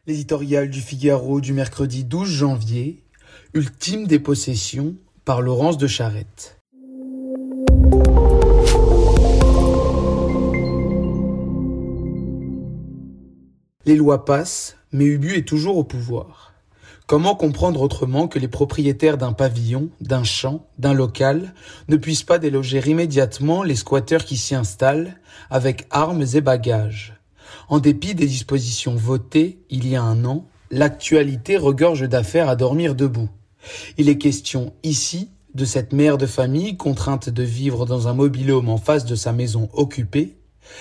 L'éditorial du Figaro du mercredi 12 janvier, Ultime dépossession par Laurence de Charette. Les lois passent, mais Ubu est toujours au pouvoir. Comment comprendre autrement que les propriétaires d'un pavillon, d'un champ, d'un local ne puissent pas déloger immédiatement les squatteurs qui s'y installent avec armes et bagages ? En dépit des dispositions votées il y a un an, l'actualité regorge d'affaires à dormir debout. Il est question ici de cette mère de famille contrainte de vivre dans un mobil-home en face de sa maison occupée,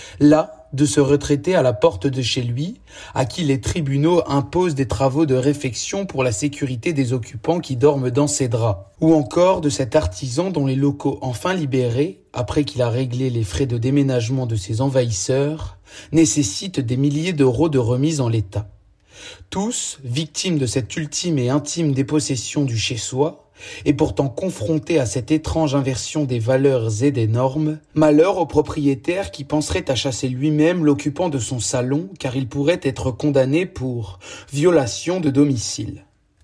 là de se retraiter à la porte de chez lui, à qui les tribunaux imposent des travaux de réfection pour la sécurité des occupants qui dorment dans ses draps, ou encore de cet artisan dont les locaux enfin libérés, après qu'il a réglé les frais de déménagement de ses envahisseurs, nécessitent des milliers d'euros de remise en l'état. Tous, victimes de cette ultime et intime dépossession du chez-soi, et pourtant confrontés à cette étrange inversion des valeurs et des normes, malheur au propriétaire qui penserait à chasser lui-même l'occupant de son salon car il pourrait être condamné pour violation de domicile.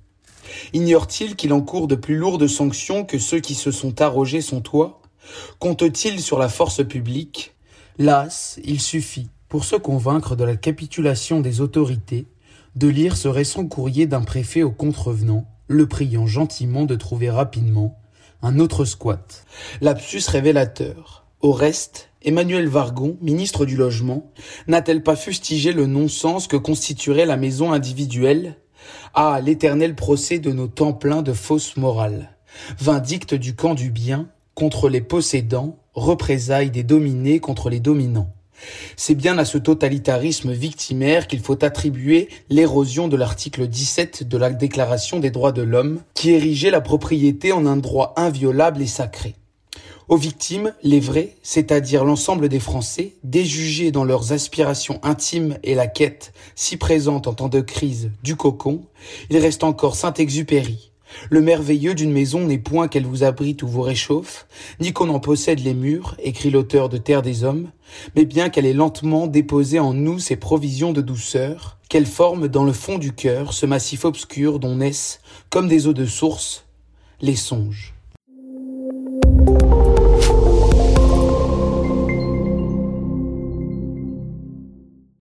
Ignore-t-il qu'il encourt de plus lourdes sanctions que ceux qui se sont arrogés son toit ? Compte-t-il sur la force publique ? Las, il suffit, pour se convaincre de la capitulation des autorités, de lire ce récent courrier d'un préfet au contrevenant, le priant gentiment de trouver rapidement un autre squat. Lapsus révélateur. Au reste, Emmanuelle Wargon, ministre du Logement, n'a-t-elle pas fustigé le non-sens que constituerait la maison individuelle ? Ah, l'éternel procès de nos temps pleins de fausses morales. Vindicte du camp du bien contre les possédants, représailles des dominés contre les dominants. C'est bien à ce totalitarisme victimaire qu'il faut attribuer l'érosion de l'article 17 de la Déclaration des droits de l'homme, qui érigeait la propriété en un droit inviolable et sacré. Aux victimes, les vrais, c'est-à-dire l'ensemble des Français, déjugés dans leurs aspirations intimes et la quête, si présente en temps de crise, du cocon, il reste encore Saint-Exupéry. Le merveilleux d'une maison n'est point qu'elle vous abrite ou vous réchauffe, ni qu'on en possède les murs, écrit l'auteur de Terre des Hommes, mais bien qu'elle ait lentement déposé en nous ses provisions de douceur, qu'elle forme dans le fond du cœur ce massif obscur dont naissent, comme des eaux de source, les songes.